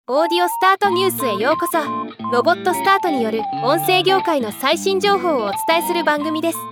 オーディオスタートニュースへようこそ。ロボットスタートによる音声業界の最新情報をお伝えする番組です。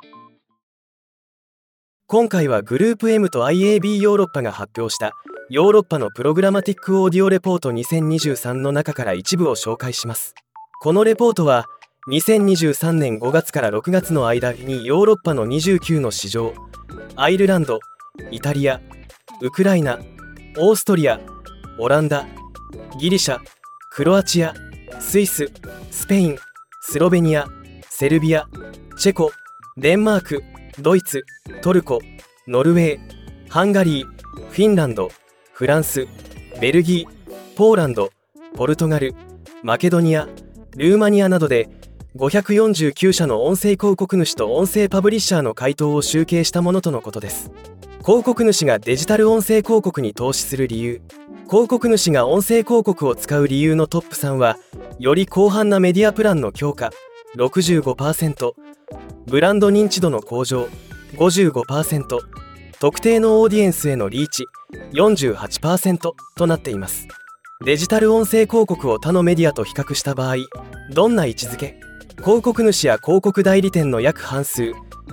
今回はグループ M と IAB ヨーロッパが発表したヨーロッパのプログラマティックオーディオレポート2023の中から一部を紹介します。このレポートは2023年5月から6月の間にヨーロッパの29の市場、アイルランド、イタリア、ウクライナ、オーストリア、オランダ、ギリシャ、クロアチア、スイス、スペイン、スロベニア、セルビア、チェコ、デンマーク、ドイツ、トルコ、ノルウェー、ハンガリー、フィンランド、フランス、ベルギー、ポーランド、ポルトガル、マケドニア、ルーマニアなどで549社の音声広告主と音声パブリッシャーの回答を集計したものとのことです。広告主がデジタル音声広告に投資する理由、広告主が音声広告を使う理由のトップ3は、より広範なメディアプランの強化 65%、 ブランド認知度の向上 55%、 特定のオーディエンスへのリーチ 48% となっています。デジタル音声広告を他のメディアと比較した場合、どんな位置づけ？広告主や広告代理店の約半数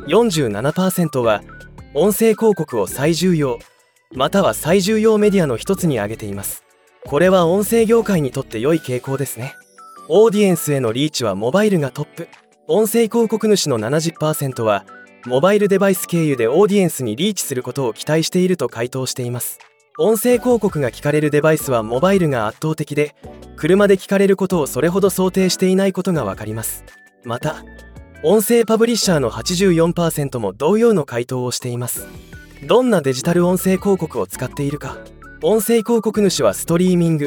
47% は音声広告を最重要または最重要メディアの一つに挙げています。これは音声業界にとって良い傾向ですね。オーディエンスへのリーチはモバイルがトップ。音声広告主の 70% はモバイルデバイス経由でオーディエンスにリーチすることを期待していると回答しています。音声広告が聞かれるデバイスはモバイルが圧倒的で、車で聞かれることをそれほど想定していないことがわかります。また、音声パブリッシャーの 84% も同様の回答をしています。どんなデジタル音声広告を使っているか。音声広告主はストリーミング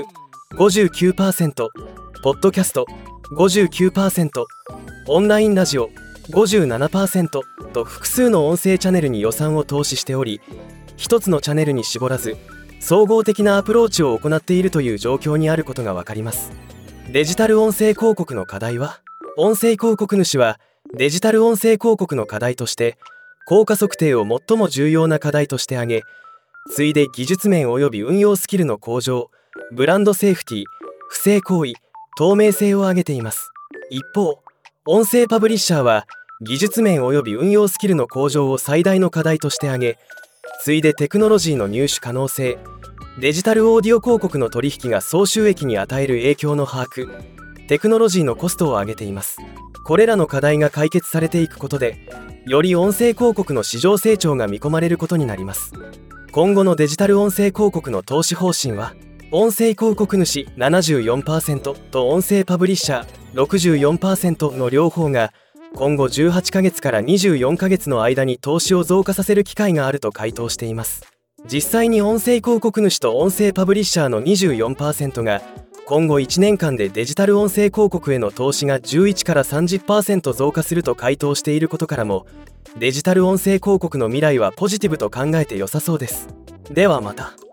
59%、 ポッドキャスト 59%、 オンラインラジオ 57% と複数の音声チャンネルに予算を投資しており、一つのチャンネルに絞らず総合的なアプローチを行っているという状況にあることがわかります。デジタル音声広告の課題は、音声広告主はデジタル音声広告の課題として効果測定を最も重要な課題として挙げ、次いで技術面及び運用スキルの向上、ブランドセーフティ、不正行為、透明性を挙げています。一方、音声パブリッシャーは技術面及び運用スキルの向上を最大の課題として挙げ、次いでテクノロジーの入手可能性、デジタルオーディオ広告の取引が総収益に与える影響の把握、テクノロジーのコストを上げています。これらの課題が解決されていくことで、より音声広告の市場成長が見込まれることになります。今後のデジタル音声広告の投資方針は、音声広告主 74% と音声パブリッシャー 64% の両方が今後18ヶ月から24ヶ月の間に投資を増加させる機会があると回答しています。実際に音声広告主と音声パブリッシャーの 24% が今後1年間でデジタル音声広告への投資が11から 30% 増加すると回答していることからも、デジタル音声広告の未来はポジティブと考えて良さそうです。ではまた。